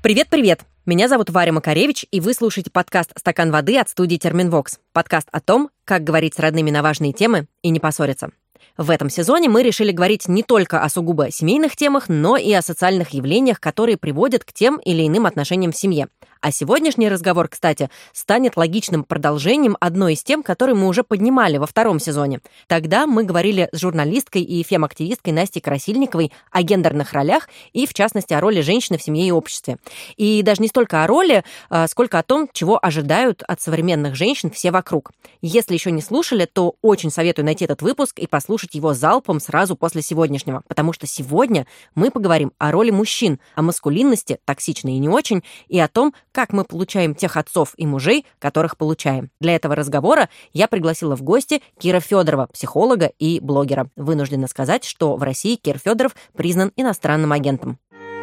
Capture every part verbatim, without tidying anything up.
Привет-привет! Меня зовут Варя Макаревич, и вы слушаете подкаст «Стакан воды» от студии Терминвокс. Подкаст о том, как говорить с родными на важные темы и не поссориться. В этом сезоне мы решили говорить не только о сугубо семейных темах, но и о социальных явлениях, которые приводят к тем или иным отношениям в семье. А сегодняшний разговор, кстати, станет логичным продолжением одной из тем, которые мы уже поднимали во втором сезоне. Тогда мы говорили с журналисткой и фем-активисткой Настей Красильниковой о гендерных ролях и, в частности, о роли женщины в семье и обществе. И даже не столько о роли, сколько о том, чего ожидают от современных женщин все вокруг. Если еще не слушали, то очень советую найти этот выпуск и послушать его залпом сразу после сегодняшнего, потому что сегодня мы поговорим о роли мужчин, о маскулинности, токсичной и не очень, и о том, как мы получаем тех отцов и мужей, которых получаем. Для этого разговора я пригласила в гости Кира Федорова, психолога и блогера. Вынуждена сказать, что в России Кир Федоров признан иностранным агентом.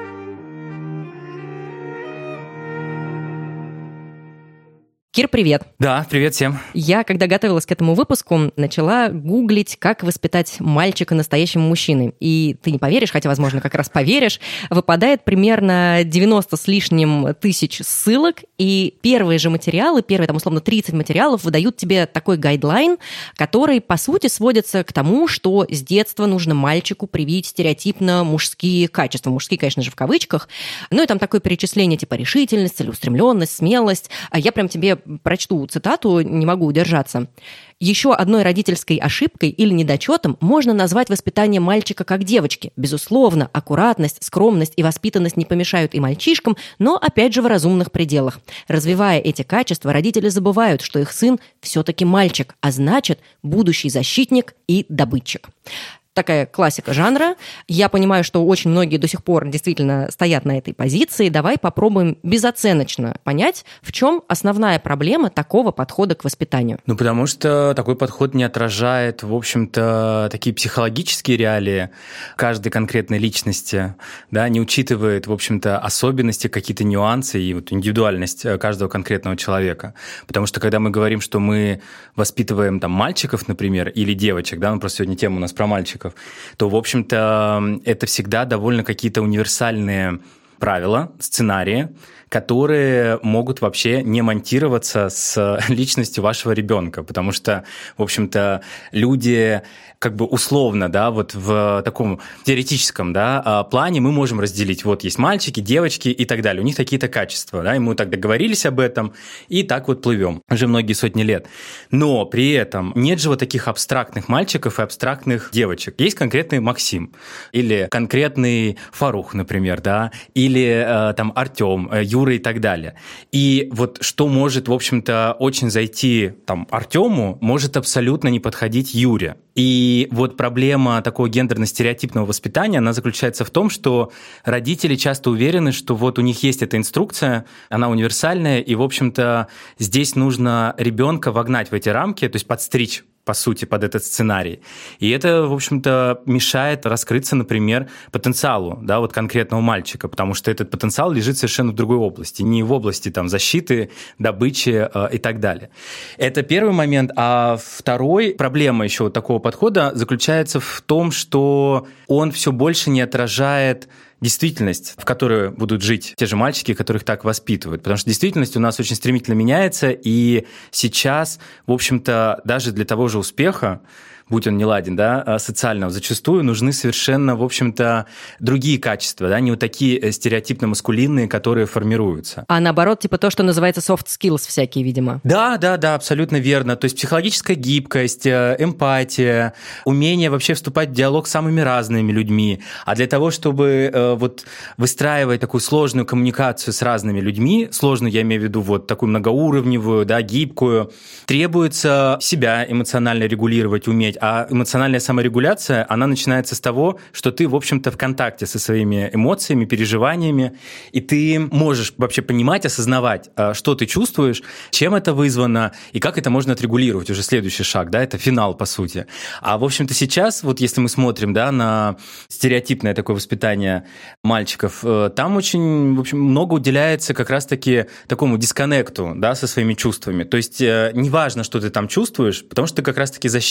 Кир, привет. Да, привет всем. Я, когда готовилась к этому выпуску, начала гуглить, как воспитать мальчика настоящим мужчиной. И ты не поверишь, хотя, возможно, как раз поверишь, выпадает примерно девяносто с лишним тысяч ссылок, и первые же материалы, первые, там, условно, тридцать материалов выдают тебе такой гайдлайн, который, по сути, сводится к тому, что с детства нужно мальчику привить стереотипно мужские качества. Мужские, конечно же, в кавычках. Ну и там такое перечисление типа решительность, целеустремленность, смелость. Я прям тебе прочту цитату, не могу удержаться. Еще одной родительской ошибкой или недочетом можно назвать воспитание мальчика как девочки. Безусловно, аккуратность, скромность и воспитанность не помешают и мальчишкам, но, опять же, в разумных пределах. Развивая эти качества, родители забывают, что их сын все-таки мальчик, а значит, будущий защитник и добытчик. Такая классика жанра. Я понимаю, что очень многие до сих пор действительно стоят на этой позиции. Давай попробуем безоценочно понять, в чем основная проблема такого подхода к воспитанию. Ну, потому что такой подход не отражает, в общем-то, такие психологические реалии каждой конкретной личности, да, не учитывает, в общем-то, особенности, какие-то нюансы и вот индивидуальность каждого конкретного человека. Потому что, когда мы говорим, что мы воспитываем там мальчиков, например, или девочек, да, ну, просто сегодня тема у нас про мальчиков, то, в общем-то, это всегда довольно какие-то универсальные правила, сценарии, которые могут вообще не монтироваться с личностью вашего ребенка, потому что, в общем-то, люди как бы условно, да, вот в таком теоретическом, да, плане мы можем разделить, вот есть мальчики, девочки и так далее, у них какие-то качества, да, и мы так договорились об этом, и так вот плывем уже многие сотни лет. Но при этом нет же вот таких абстрактных мальчиков и абстрактных девочек. Есть конкретный Максим, или конкретный Фарух, например, да, или э, там Артем, Юра и так далее. И вот что может, в общем-то, очень зайти там Артему, может абсолютно не подходить Юре. И вот проблема такого гендерно-стереотипного воспитания, она заключается в том, что родители часто уверены, что вот у них есть эта инструкция, она универсальная, и, в общем-то, здесь нужно ребенка вогнать в эти рамки, то есть подстричь, по сути, под этот сценарий. И это, в общем-то, мешает раскрыться, например, потенциалу, да, вот конкретного мальчика, потому что этот потенциал лежит совершенно в другой области, не в области там защиты, добычи э, и так далее. Это первый момент. А второй, проблема еще вот такого подхода заключается в том, что он все больше не отражает действительность, в которой будут жить те же мальчики, которых так воспитывают. Потому что действительность у нас очень стремительно меняется, и сейчас, в общем-то, даже для того же успеха, будь он неладен, да, социального, зачастую нужны совершенно, в общем-то, другие качества, да, не вот такие стереотипно-маскулинные, которые формируются. А наоборот, типа то, что называется soft skills всякие, видимо. Да, да, да, абсолютно верно. То есть психологическая гибкость, эмпатия, умение вообще вступать в диалог с самыми разными людьми. А для того, чтобы э, вот выстраивать такую сложную коммуникацию с разными людьми, сложную, я имею в виду вот такую многоуровневую, да, гибкую, требуется себя эмоционально регулировать, уметь. А эмоциональная саморегуляция, она начинается с того, что ты, в общем-то, в контакте со своими эмоциями, переживаниями, и ты можешь вообще понимать, осознавать, что ты чувствуешь, чем это вызвано, и как это можно отрегулировать. Уже следующий шаг, да, это финал, по сути. А, в общем-то, сейчас, вот если мы смотрим, да, на стереотипное такое воспитание мальчиков, там очень, в общем, много уделяется как раз-таки такому дисконнекту, да, со своими чувствами. То есть неважно, что ты там чувствуешь, потому что ты как раз-таки защитник, да,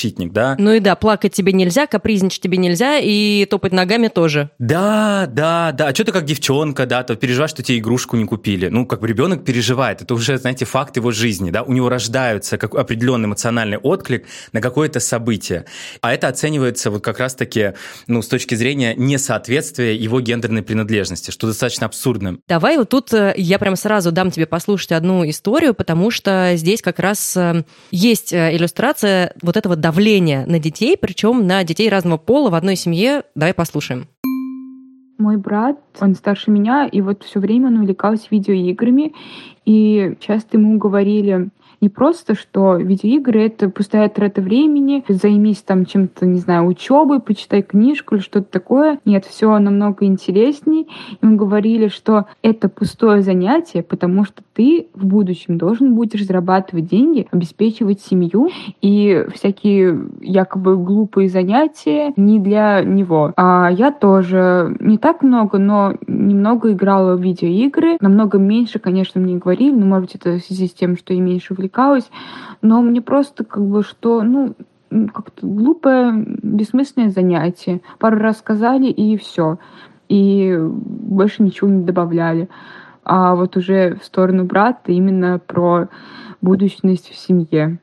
да. Ну и да, плакать тебе нельзя, капризничать тебе нельзя, и топать ногами тоже. Да, да, да. А что ты как девчонка, да, то переживаешь, что тебе игрушку не купили. Ну, как бы ребенок переживает. Это уже, знаете, факт его жизни, да. У него рождается как определенный эмоциональный отклик на какое-то событие. А это оценивается вот как раз-таки, ну, с точки зрения несоответствия его гендерной принадлежности, что достаточно абсурдно. Давай вот тут я прям сразу дам тебе послушать одну историю, потому что здесь как раз есть иллюстрация вот этого давления на детей, причем на детей разного пола в одной семье. Давай послушаем. Мой брат, он старше меня, и вот все время он увлекался видеоиграми, и часто ему говорили не просто, что видеоигры — это пустая трата времени, займись там чем-то, не знаю, учебой, почитай книжку или что-то такое. Нет, все намного интересней. Им говорили, что это пустое занятие, потому что ты в будущем должен будешь зарабатывать деньги, обеспечивать семью, и всякие якобы глупые занятия не для него. А я тоже не так много, но немного играла в видеоигры. Намного меньше, конечно, мне говорили, но, может быть, это в связи с тем, что я меньше увлекалась. Но мне просто как бы что, ну, как-то глупое, бессмысленное занятие. Пару раз сказали, и все. И больше ничего не добавляли. А вот уже в сторону брата именно про будущность в семье.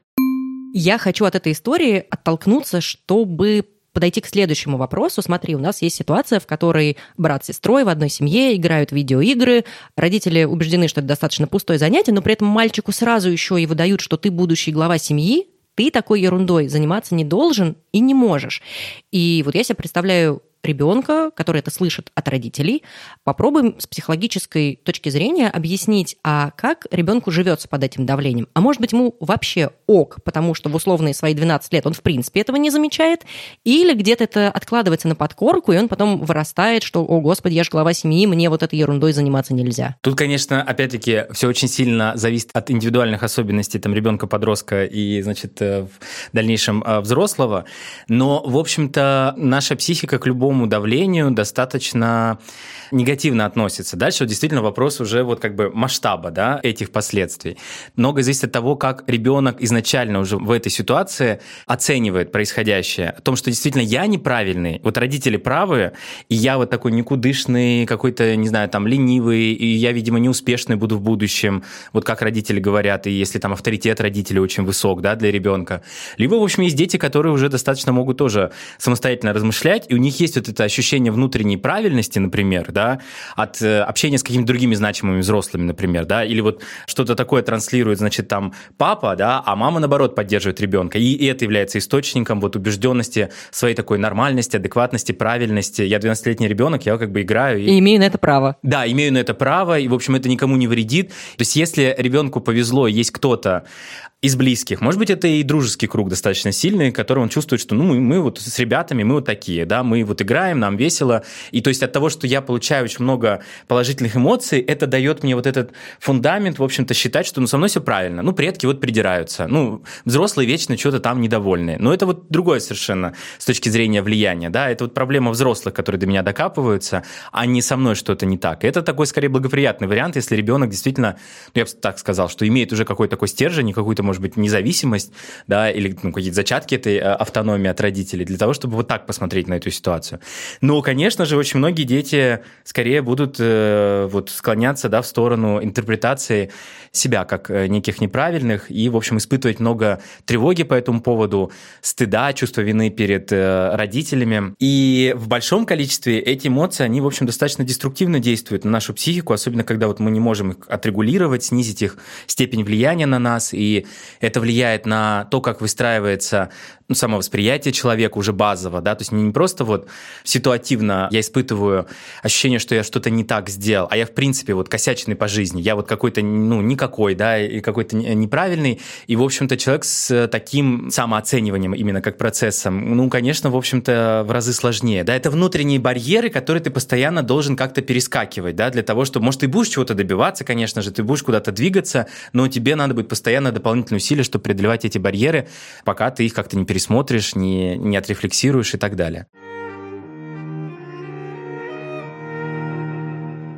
Я хочу от этой истории оттолкнуться, чтобы подойти к следующему вопросу. Смотри, у нас есть ситуация, в которой брат с сестрой в одной семье играют в видеоигры. Родители убеждены, что это достаточно пустое занятие, но при этом мальчику сразу еще и выдают, что ты будущий глава семьи, ты такой ерундой заниматься не должен и не можешь. И вот я себе представляю ребенка, который это слышит от родителей, попробуем с психологической точки зрения объяснить, а как ребенку живется под этим давлением. А может быть, ему вообще ок, потому что в условные свои двенадцать лет он в принципе этого не замечает, или где-то это откладывается на подкорку, и он потом вырастает, что, о, господи, я же глава семьи, мне вот этой ерундой заниматься нельзя. Тут, конечно, опять-таки, все очень сильно зависит от индивидуальных особенностей там ребенка-подростка и, значит, в дальнейшем взрослого, но, в общем-то, наша психика к любому давлению достаточно негативно относится. Дальше вот действительно вопрос уже вот как бы масштаба, да, этих последствий. Многое зависит от того, как ребенок изначально уже в этой ситуации оценивает происходящее. О том, что действительно я неправильный, вот родители правы, и я вот такой никудышный, какой-то, не знаю, там, ленивый, и я, видимо, неуспешный буду в будущем, вот как родители говорят, и если там авторитет родителей очень высок, да, для ребенка. Либо, в общем, есть дети, которые уже достаточно могут тоже самостоятельно размышлять, и у них есть вот это ощущение внутренней правильности, например, да, от общения с какими-то другими значимыми взрослыми, например, да, или вот что-то такое транслирует, значит, там папа, да, а мама, наоборот, поддерживает ребенка, и это является источником вот убежденности своей такой нормальности, адекватности, правильности. Я двенадцатилетний ребенок, я как бы играю. И, и имею на это право. Да, имею на это право, и, в общем, это никому не вредит. То есть, если ребенку повезло, есть кто-то из близких, может быть, это и дружеский круг достаточно сильный, который он чувствует, что ну, мы, мы вот с ребятами, мы вот такие, да, мы вот играем, нам весело, и то есть от того, что я получаю очень много положительных эмоций, это дает мне вот этот фундамент, в общем-то, считать, что ну, со мной все правильно, ну, предки вот придираются, ну, взрослые вечно что-то там недовольны, но это вот другое совершенно с точки зрения влияния, да, это вот проблема взрослых, которые до меня докапываются, а не со мной что-то не так. Это такой, скорее, благоприятный вариант, если ребенок действительно, ну, я бы так сказал, что имеет уже какой-то такой стержень, какую-то, может быть, независимость, да, или ну, какие-то зачатки этой автономии от родителей, для того, чтобы вот так посмотреть на эту ситуацию. Но, конечно же, очень многие дети скорее будут э, вот, склоняться, да, в сторону интерпретации себя как неких неправильных и, в общем, испытывать много тревоги по этому поводу, стыда, чувства вины перед э, родителями. И в большом количестве эти эмоции, они, в общем, достаточно деструктивно действуют на нашу психику, особенно когда вот мы не можем их отрегулировать, снизить их степень влияния на нас, и это влияет на то, как выстраивается ну, самовосприятие человека уже базово, да, то есть не просто вот ситуативно я испытываю ощущение, что я что-то не так сделал, а я, в принципе, вот косячный по жизни, я вот какой-то, ну, никакой, да, и какой-то неправильный, и, в общем-то, человек с таким самооцениванием именно как процессом, ну, конечно, в общем-то, в разы сложнее, да, это внутренние барьеры, которые ты постоянно должен как-то перескакивать, да, для того, чтобы, может, ты будешь чего-то добиваться, конечно же, ты будешь куда-то двигаться, но тебе надо будет постоянно дополнительные усилия, чтобы преодолевать эти барьеры, пока ты их как-то не пересмотришь, не, не отрефлексируешь и так далее.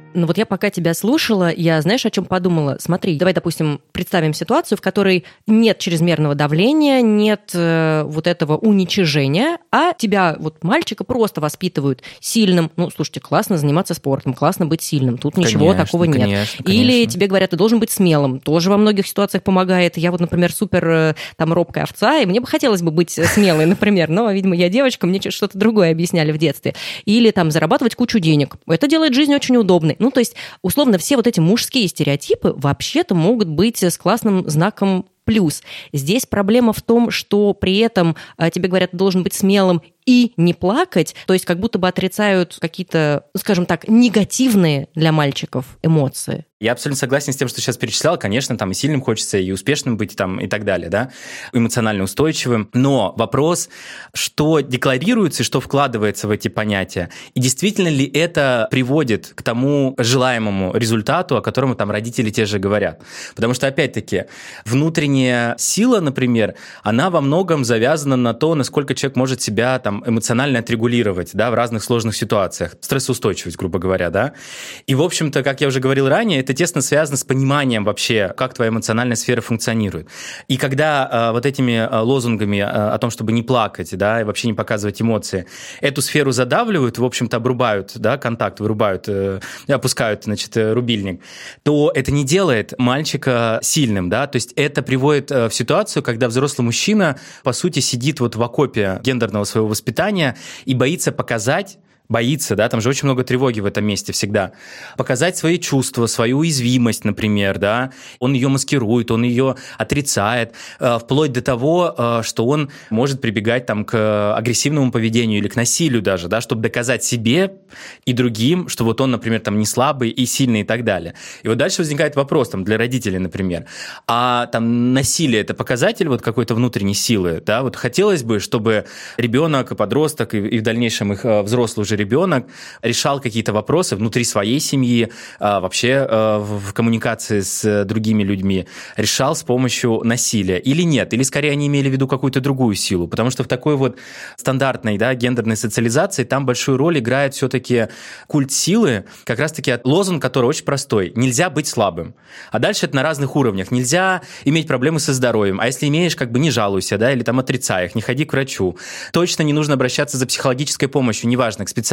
Ну вот я пока тебя слушала, я, знаешь, о чем подумала? Смотри, давай, допустим, представим ситуацию, в которой нет чрезмерного давления, нет э, вот этого уничижения, а тебя, вот мальчика, просто воспитывают сильным. Ну, слушайте, классно заниматься спортом, классно быть сильным, тут ничего конечно, такого нет. Конечно, Или конечно. тебе говорят, ты должен быть смелым, тоже во многих ситуациях помогает. Я вот, например, супер э, там робкая овца, и мне бы хотелось бы быть смелой, например, но, видимо, я девочка, мне что-то другое объясняли в детстве. Или там зарабатывать кучу денег. Это делает жизнь очень удобной. Ну, то есть, условно, все вот эти мужские стереотипы вообще-то могут быть с классным знаком плюс. Здесь проблема в том, что при этом тебе говорят, ты должен быть смелым и не плакать, то есть как будто бы отрицают какие-то, скажем так, негативные для мальчиков эмоции. Я абсолютно согласен с тем, что сейчас перечислял. Конечно, там и сильным хочется, и успешным быть, там, и так далее, да, эмоционально устойчивым. Но вопрос, что декларируется и что вкладывается в эти понятия, и действительно ли это приводит к тому желаемому результату, о котором там родители те же говорят. Потому что, опять-таки, внутренняя сила, например, она во многом завязана на то, насколько человек может себя там эмоционально отрегулировать, да, в разных сложных ситуациях. Стрессоустойчивость, грубо говоря, да. И, в общем-то, как я уже говорил ранее, это тесно связано с пониманием вообще, как твоя эмоциональная сфера функционирует. И когда э, вот этими э, лозунгами э, о том, чтобы не плакать, да, и вообще не показывать эмоции, эту сферу задавливают, в общем-то, обрубают, да, контакт, вырубают, э, опускают, значит, рубильник, то это не делает мальчика сильным, да, то есть это приводит э, в ситуацию, когда взрослый мужчина, по сути, сидит вот в окопе гендерного своего воспитания и боится показать, боится, да, там же очень много тревоги в этом месте всегда. Показать свои чувства, свою уязвимость, например, да, он ее маскирует, он ее отрицает, вплоть до того, что он может прибегать там к агрессивному поведению или к насилию даже, да, чтобы доказать себе и другим, что вот он, например, там не слабый и сильный и так далее. И вот дальше возникает вопрос там для родителей, например, а там насилие – это показатель вот какой-то внутренней силы, да, вот хотелось бы, чтобы ребенок, подросток и, и в дальнейшем их взрослый уже ребенок решал какие-то вопросы внутри своей семьи, вообще в коммуникации с другими людьми, решал с помощью насилия или нет, или скорее они имели в виду какую-то другую силу, потому что в такой вот стандартной, да, гендерной социализации там большую роль играет все-таки культ силы, как раз-таки лозунг, который очень простой: нельзя быть слабым. А дальше это на разных уровнях. Нельзя иметь проблемы со здоровьем, а если имеешь, как бы не жалуйся, да, или там отрицай их, не ходи к врачу. Точно не нужно обращаться за психологической помощью, неважно, к специалистам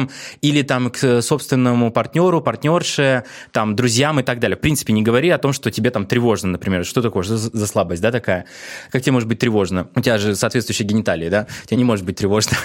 или там к собственному партнеру, партнерше, там, друзьям и так далее. В принципе, не говори о том, что тебе там тревожно, например. Что такое? Что за слабость, да, такая? Как тебе может быть тревожно? У тебя же соответствующие гениталии, да? Тебе не может быть тревожно,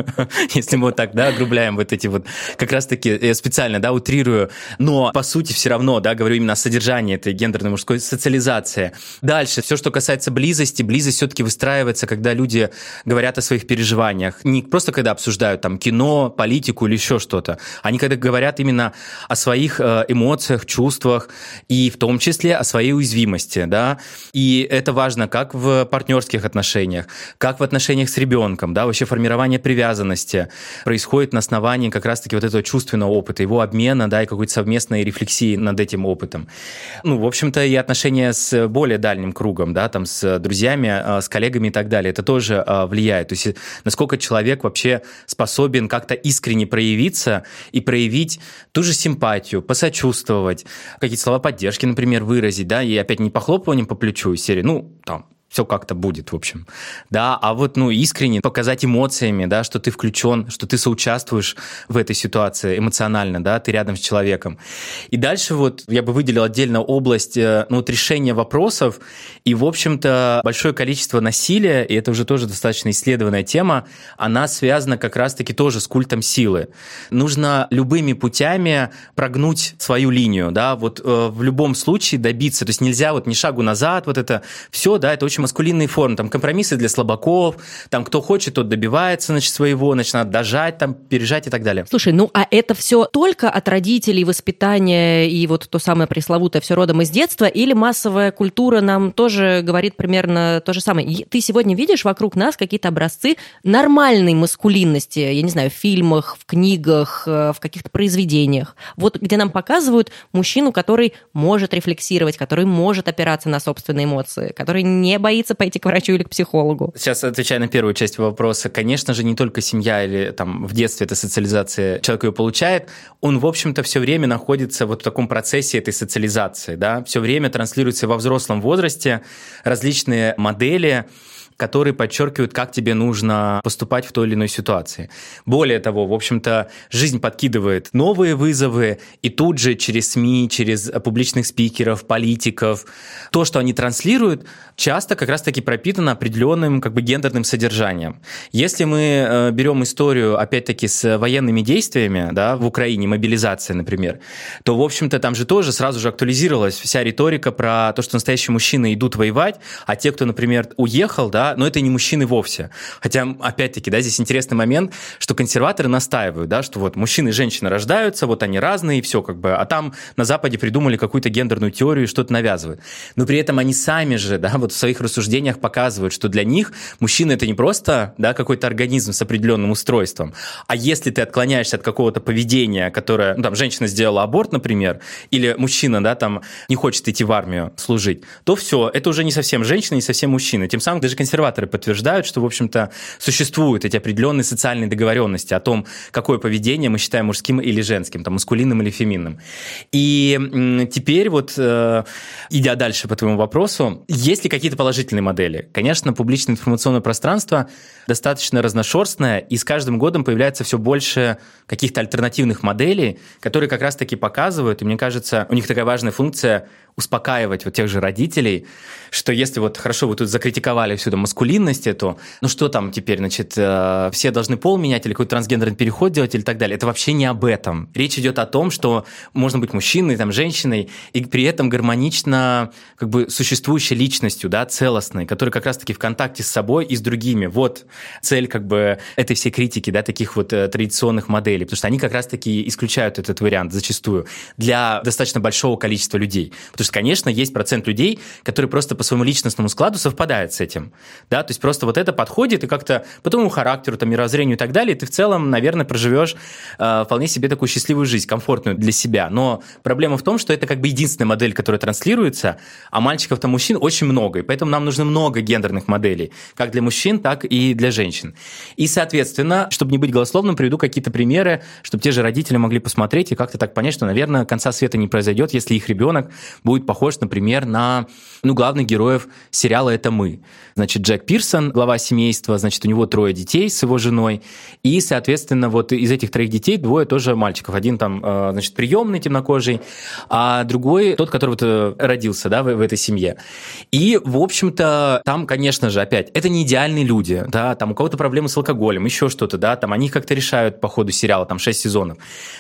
если мы вот так, да, огрубляем вот эти вот, как раз-таки, я специально, да, утрирую, но по сути все равно, да, говорю именно о содержании этой гендерной мужской социализации. Дальше, все, что касается близости, близость все-таки выстраивается, когда люди говорят о своих переживаниях. Не просто когда обсуждают там кино, политику или еще что-то. Они когда говорят именно о своих эмоциях, чувствах и в том числе о своей уязвимости, да, и это важно как в партнерских отношениях, как в отношениях с ребенком, да, вообще формирование привязанности происходит на основании как раз-таки вот этого чувственного опыта, его обмена, да, и какой-то совместной рефлексии над этим опытом. Ну, в общем-то, и отношения с более дальним кругом, да, там, с друзьями, с коллегами и так далее, это тоже влияет. То есть насколько человек вообще способен как-то искренне проявиться и проявить ту же симпатию, посочувствовать, какие-то слова поддержки, например, выразить, да, и опять не похлопыванием по плечу из серии, ну, там, все как-то будет, в общем. Да, а вот, ну, искренне показать эмоциями, да, что ты включен, что ты соучаствуешь в этой ситуации эмоционально, да, ты рядом с человеком. И дальше вот я бы выделил отдельно область, ну, вот решения вопросов, и, в общем-то, большое количество насилия, и это уже тоже достаточно исследованная тема, она связана как раз-таки тоже с культом силы. Нужно любыми путями прогнуть свою линию, да, вот э, в любом случае добиться, то есть нельзя вот ни шагу назад, вот это все, да, это очень маскулинные формы, там компромиссы для слабаков, там кто хочет, тот добивается, значит, своего, значит, надо дожать, там, пережать и так далее. Слушай, ну а это все только от родителей, воспитания и вот то самое пресловутое все родом из детства, или массовая культура нам тоже говорит примерно то же самое? Ты сегодня видишь вокруг нас какие-то образцы нормальной маскулинности, я не знаю, в фильмах, в книгах, в каких-то произведениях, вот где нам показывают мужчину, который может рефлексировать, который может опираться на собственные эмоции, который не боится боится пойти к врачу или к психологу? Сейчас отвечая на первую часть вопроса, конечно же, не только семья или там в детстве эта социализация, человек ее получает, он, в общем-то, все время находится вот в таком процессе этой социализации, да, все время транслируется во взрослом возрасте различные модели, которые подчеркивают, как тебе нужно поступать в той или иной ситуации. Более того, в общем-то, жизнь подкидывает новые вызовы, и тут же через СМИ, через публичных спикеров, политиков, то, что они транслируют, часто как раз-таки пропитано определенным как бы гендерным содержанием. Если мы берем историю, опять-таки, с военными действиями, да, в Украине, мобилизация, например, то, в общем-то, там же тоже сразу же актуализировалась вся риторика про то, что настоящие мужчины идут воевать, а те, кто, например, уехал, да, но это не мужчины вовсе. Хотя, опять-таки, да, здесь интересный момент, что консерваторы настаивают, да, что вот мужчины и женщины рождаются, вот они разные, и все как бы, а там на Западе придумали какую-то гендерную теорию и что-то навязывают. Но при этом они сами же, да, вот в своих рассуждениях показывают, что для них мужчина – это не просто, да, какой-то организм с определенным устройством, а если ты отклоняешься от какого-то поведения, которое, ну, там, женщина сделала аборт, например, или мужчина, да, там, не хочет идти в армию служить, то все, это уже не совсем женщина, не совсем мужчина. Тем самым даже консерваторы подтверждают, что, в общем-то, существуют эти определенные социальные договоренности о том, какое поведение мы считаем мужским или женским, там, маскулинным или феминным. И теперь вот, идя дальше по твоему вопросу, есть ли какие-то положительные модели? Конечно, публичное информационное пространство достаточно разношерстное, и с каждым годом появляется все больше каких-то альтернативных моделей, которые как раз-таки показывают, и мне кажется, у них такая важная функция успокаивать вот тех же родителей, что если вот хорошо вы тут закритиковали всю эту маскулинность эту, ну что там теперь, значит, э, все должны пол менять или какой-то трансгендерный переход делать или так далее. Это вообще не об этом. Речь идет о том, что можно быть мужчиной, там, женщиной, и при этом гармонично как бы существующей личностью, да, целостной, которая как раз-таки в контакте с собой и с другими. Вот цель как бы этой всей критики, да, таких вот э, традиционных моделей, потому что они как раз-таки исключают этот вариант зачастую для достаточно большого количества людей. Потому что, конечно, есть процент людей, которые просто по своему личностному складу совпадают с этим. Да? То есть просто вот это подходит, и как-то по твоему характеру, там, мировоззрению и так далее, ты в целом, наверное, проживешь э, вполне себе такую счастливую жизнь, комфортную для себя. Но проблема в том, что это как бы единственная модель, которая транслируется, а мальчиков-то мужчин очень много, и поэтому нам нужно много гендерных моделей, как для мужчин, так и для женщин. И, соответственно, чтобы не быть голословным, приведу какие-то примеры, чтобы те же родители могли посмотреть и как-то так понять, что, наверное, конца света не произойдет, если их ребенок будет похож, например, на, ну, главных героев сериала «Это мы». Значит, Джек Пирсон, глава семейства, значит, у него трое детей с его женой, и, соответственно, вот из этих троих детей двое тоже мальчиков. Один там, значит, приемный, темнокожий, а другой тот, который вот родился, да, в, в этой семье. И, в общем-то, там, конечно же, опять, это не идеальные люди, да, там у кого-то проблемы с алкоголем, еще что-то, да, там они как-то решают по ходу сериала, там шесть сезонов.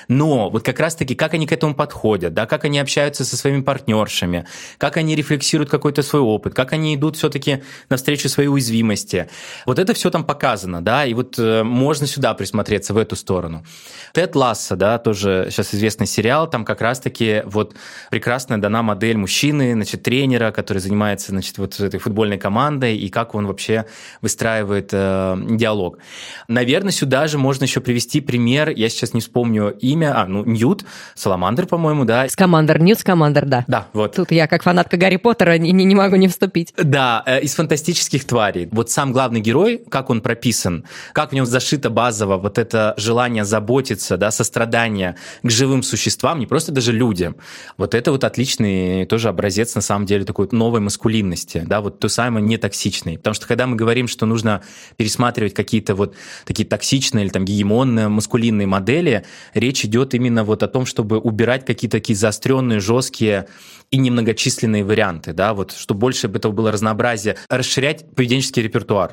Но вот как раз-таки, как они к этому подходят, да, как они общаются со своими партнершами, как они рефлексируют какой-то свой опыт, как они идут все-таки навстречу своей уязвимости. Вот это все там показано, да, и вот э, можно сюда присмотреться, в эту сторону. Тед Лассо, да, тоже сейчас известный сериал, там как раз-таки вот прекрасная дана модель мужчины, значит, тренера, который занимается, значит, вот этой футбольной командой, и как он вообще выстраивает э, диалог. Наверное, сюда же можно еще привести пример, я сейчас не вспомню имя, а, ну, Ньют, Саламандр, по-моему, да. Скамандер, Ньют Скамандер, да. Да, вот. Тут я, как фанатка Гарри Поттера, не, не могу не вступить. Да, из фантастических тварей. Вот сам главный герой, как он прописан, как в нем зашито базово вот это желание заботиться, да, сострадание к живым существам, не просто даже людям. Вот это вот отличный тоже образец, на самом деле, такой новой маскулинности, да, вот той самой нетоксичной. Потому что когда мы говорим, что нужно пересматривать какие-то вот такие токсичные или там гегемонные маскулинные модели, речь идет именно вот о том, чтобы убирать какие-то такие заостренные, жесткие и немногочисленные варианты, да, вот, чтобы больше этого было разнообразия, расширять поведенческий репертуар.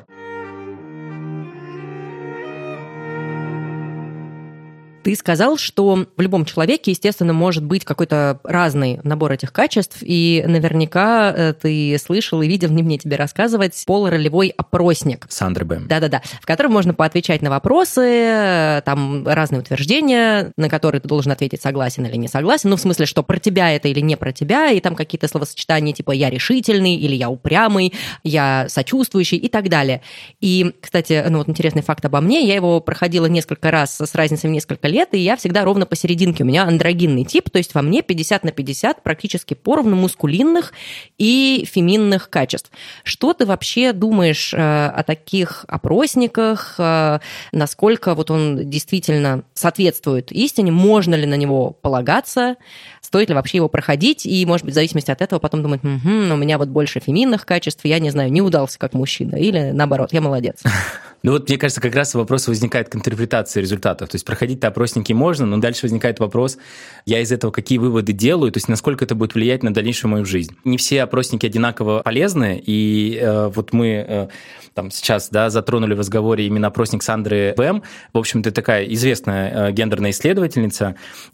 Ты сказал, что в любом человеке, естественно, может быть какой-то разный набор этих качеств, и наверняка ты слышал и видел, не мне тебе рассказывать, полуролевой опросник. Сандры Бэм. Да-да-да, в котором можно поотвечать на вопросы, там разные утверждения, на которые ты должен ответить согласен или не согласен, ну, в смысле, что про тебя это или не про тебя, и там какие-то словосочетания типа «я решительный» или «я упрямый», «я сочувствующий» и так далее. И, кстати, ну вот интересный факт обо мне, я его проходила несколько раз с разницей в несколько лет, лет, и я всегда ровно посерединке. У меня андрогинный тип, то есть во мне пятьдесят на пятьдесят практически поровну мускулинных и феминных качеств. Что ты вообще думаешь э, о таких опросниках? Э, насколько вот он действительно соответствует истине? Можно ли на него полагаться? Стоит ли вообще его проходить? И, может быть, в зависимости от этого потом думать, угу, у меня вот больше феминных качеств, я не знаю, не удался как мужчина. Или наоборот, я молодец. Ну вот, мне кажется, как раз вопрос возникает к интерпретации результатов. То есть проходить-то опросники можно, но дальше возникает вопрос, я из этого какие выводы делаю, то есть насколько это будет влиять на дальнейшую мою жизнь. Не все опросники одинаково полезны, и э, вот мы э, там сейчас да, затронули в разговоре именно опросник Сандры Бэм. В общем-то, такая известная э, гендерная исследовательница,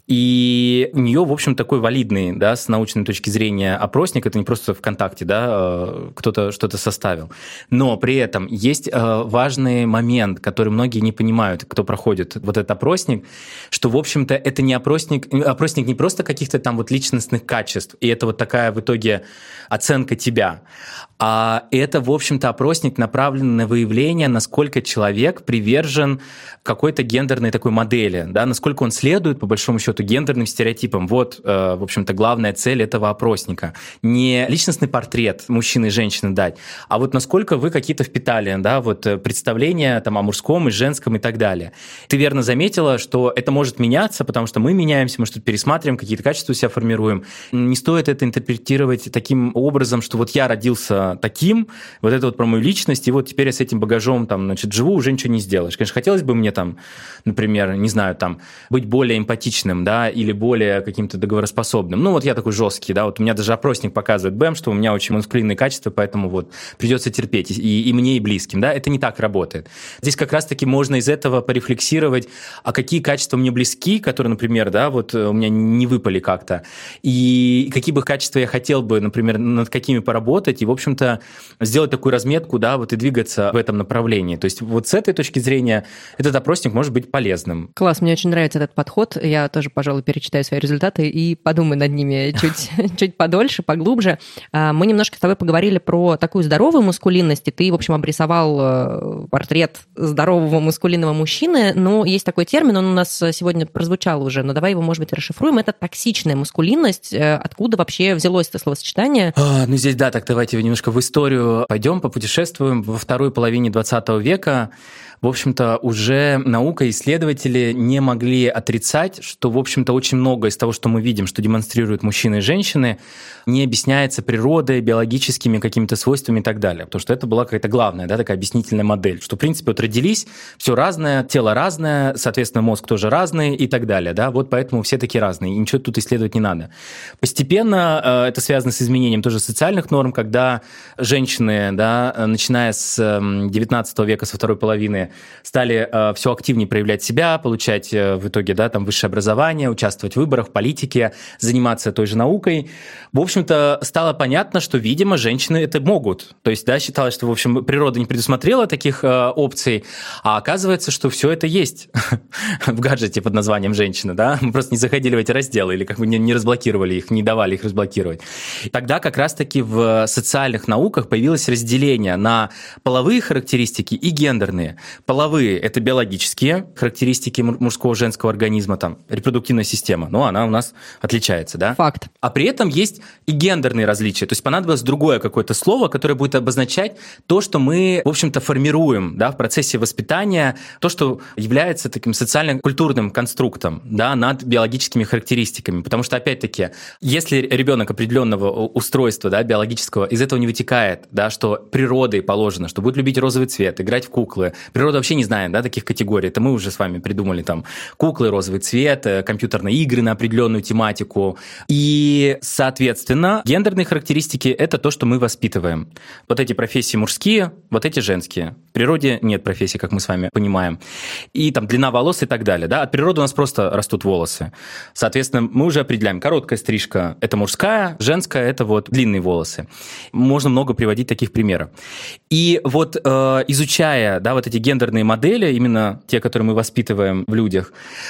и у нее, в общем, такой валидный, да, с научной точки зрения опросник, это не просто ВКонтакте, да, э, кто-то что-то составил. Но при этом есть э, важные момент, который многие не понимают, кто проходит вот этот опросник, что, в общем-то, это не опросник, опросник не просто каких-то там вот личностных качеств, и это вот такая в итоге оценка тебя, а это, в общем-то, опросник направлен на выявление, насколько человек привержен какой-то гендерной такой модели, да, насколько он следует, по большому счету, гендерным стереотипам. Вот, в общем-то, главная цель этого опросника. Не личностный портрет мужчины и женщины дать, а вот насколько вы какие-то впитали, да, вот представления там, о мужском и женском и так далее. Ты верно заметила, что это может меняться, потому что мы меняемся, мы что-то пересматриваем, какие-то качества у себя формируем. Не стоит это интерпретировать таким образом, что вот я родился таким, вот это вот про мою личность, и вот теперь я с этим багажом там, значит, живу, уже ничего не сделаешь. Конечно, хотелось бы мне там, например, не знаю, там, быть более эмпатичным, да, или более каким-то договороспособным. Ну, вот я такой жесткий, да, вот у меня даже опросник показывает Бэм, что у меня очень маскулинные качества, поэтому вот придется терпеть и, и мне, и близким, да, это не так работает. Здесь как раз-таки можно из этого порефлексировать, а какие качества мне близки, которые, например, да, вот у меня не выпали как-то, и какие бы качества я хотел бы, например, над какими поработать, и, в общем-то, сделать такую разметку, да, вот и двигаться в этом направлении. То есть вот с этой точки зрения этот опросник может быть полезным. Класс, мне очень нравится этот подход. Я тоже, пожалуй, перечитаю свои результаты и подумаю над ними чуть, чуть подольше, поглубже. Мы немножко с тобой поговорили про такую здоровую маскулинность, и ты, в общем, обрисовал портрет здорового маскулинного мужчины, но есть такой термин, он у нас сегодня прозвучал уже, но давай его, может быть, расшифруем. Это токсичная маскулинность. Откуда вообще взялось это словосочетание? А, ну, здесь, да, так давайте немножко в историю пойдем, попутешествуем. Во второй половине двадцатого века, в общем-то, уже наука и исследователи не могли отрицать, что, в общем-то, очень много из того, что мы видим, что демонстрируют мужчины и женщины, не объясняется природой, биологическими какими-то свойствами и так далее. Потому что это была какая-то главная, да, такая объяснительная модель, что, в принципе, вот родились, все разное, тело разное, соответственно, мозг тоже разный и так далее. Да? Вот поэтому все такие разные, и ничего тут исследовать не надо. Постепенно это связано с изменением тоже социальных норм, когда женщины, да, начиная с девятнадцатого века, со второй половины, стали э, все активнее проявлять себя, получать э, в итоге да, там, высшее образование, участвовать в выборах, в политике, заниматься той же наукой. В общем-то, стало понятно, что, видимо, женщины это могут. То есть, да, считалось, что, в общем, природа не предусмотрела таких э, опций, а оказывается, что все это есть в гаджете под названием «женщина». Да? Мы просто не заходили в эти разделы или как бы не, не разблокировали их, не давали их разблокировать. Тогда как раз-таки в социальных науках появилось разделение на половые характеристики и гендерные. Половые – это биологические характеристики мужского и женского организма, там, репродуктивная система, но она у нас отличается, да? Факт. А при этом есть и гендерные различия, то есть понадобилось другое какое-то слово, которое будет обозначать то, что мы, в общем-то, формируем, да, в процессе воспитания, то, что является таким социально-культурным конструктом, да, над биологическими характеристиками, потому что, опять-таки, если ребенок определенного устройства, да, биологического, из этого не вытекает, да, что природой положено, что будет любить розовый цвет, играть в куклы, природа вообще не знает, да, таких категорий. Это мы уже с вами придумали там куклы, розовый цвет, компьютерные игры на определенную тематику. И, соответственно, гендерные характеристики – это то, что мы воспитываем. Вот эти профессии мужские, вот эти женские. В природе нет профессий, как мы с вами понимаем. И там длина волос и так далее. Да? От природы у нас просто растут волосы. Соответственно, мы уже определяем, короткая стрижка – это мужская, женская – это вот длинные волосы. Можно много приводить таких примеров. И вот э, изучая, да, вот эти гендерные модели, именно те, которые мы воспитываем в людях,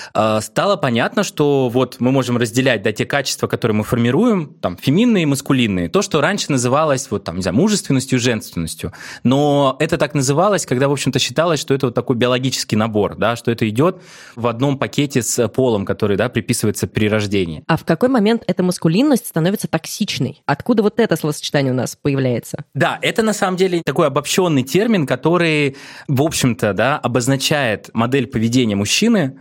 стало понятно, что вот мы можем разделять, да, те качества, которые мы формируем, там, феминные и маскулинные, то, что раньше называлось, вот, там, не знаю, мужественностью и женственностью, но это так называлось появлялась, когда, в общем-то, считалось, что это вот такой биологический набор, да, что это идет в одном пакете с полом, который, да, приписывается при рождении. А в какой момент эта маскулинность становится токсичной? Откуда вот это словосочетание у нас появляется? Да, это на самом деле такой обобщенный термин, который, в общем-то, да, обозначает модель поведения мужчины,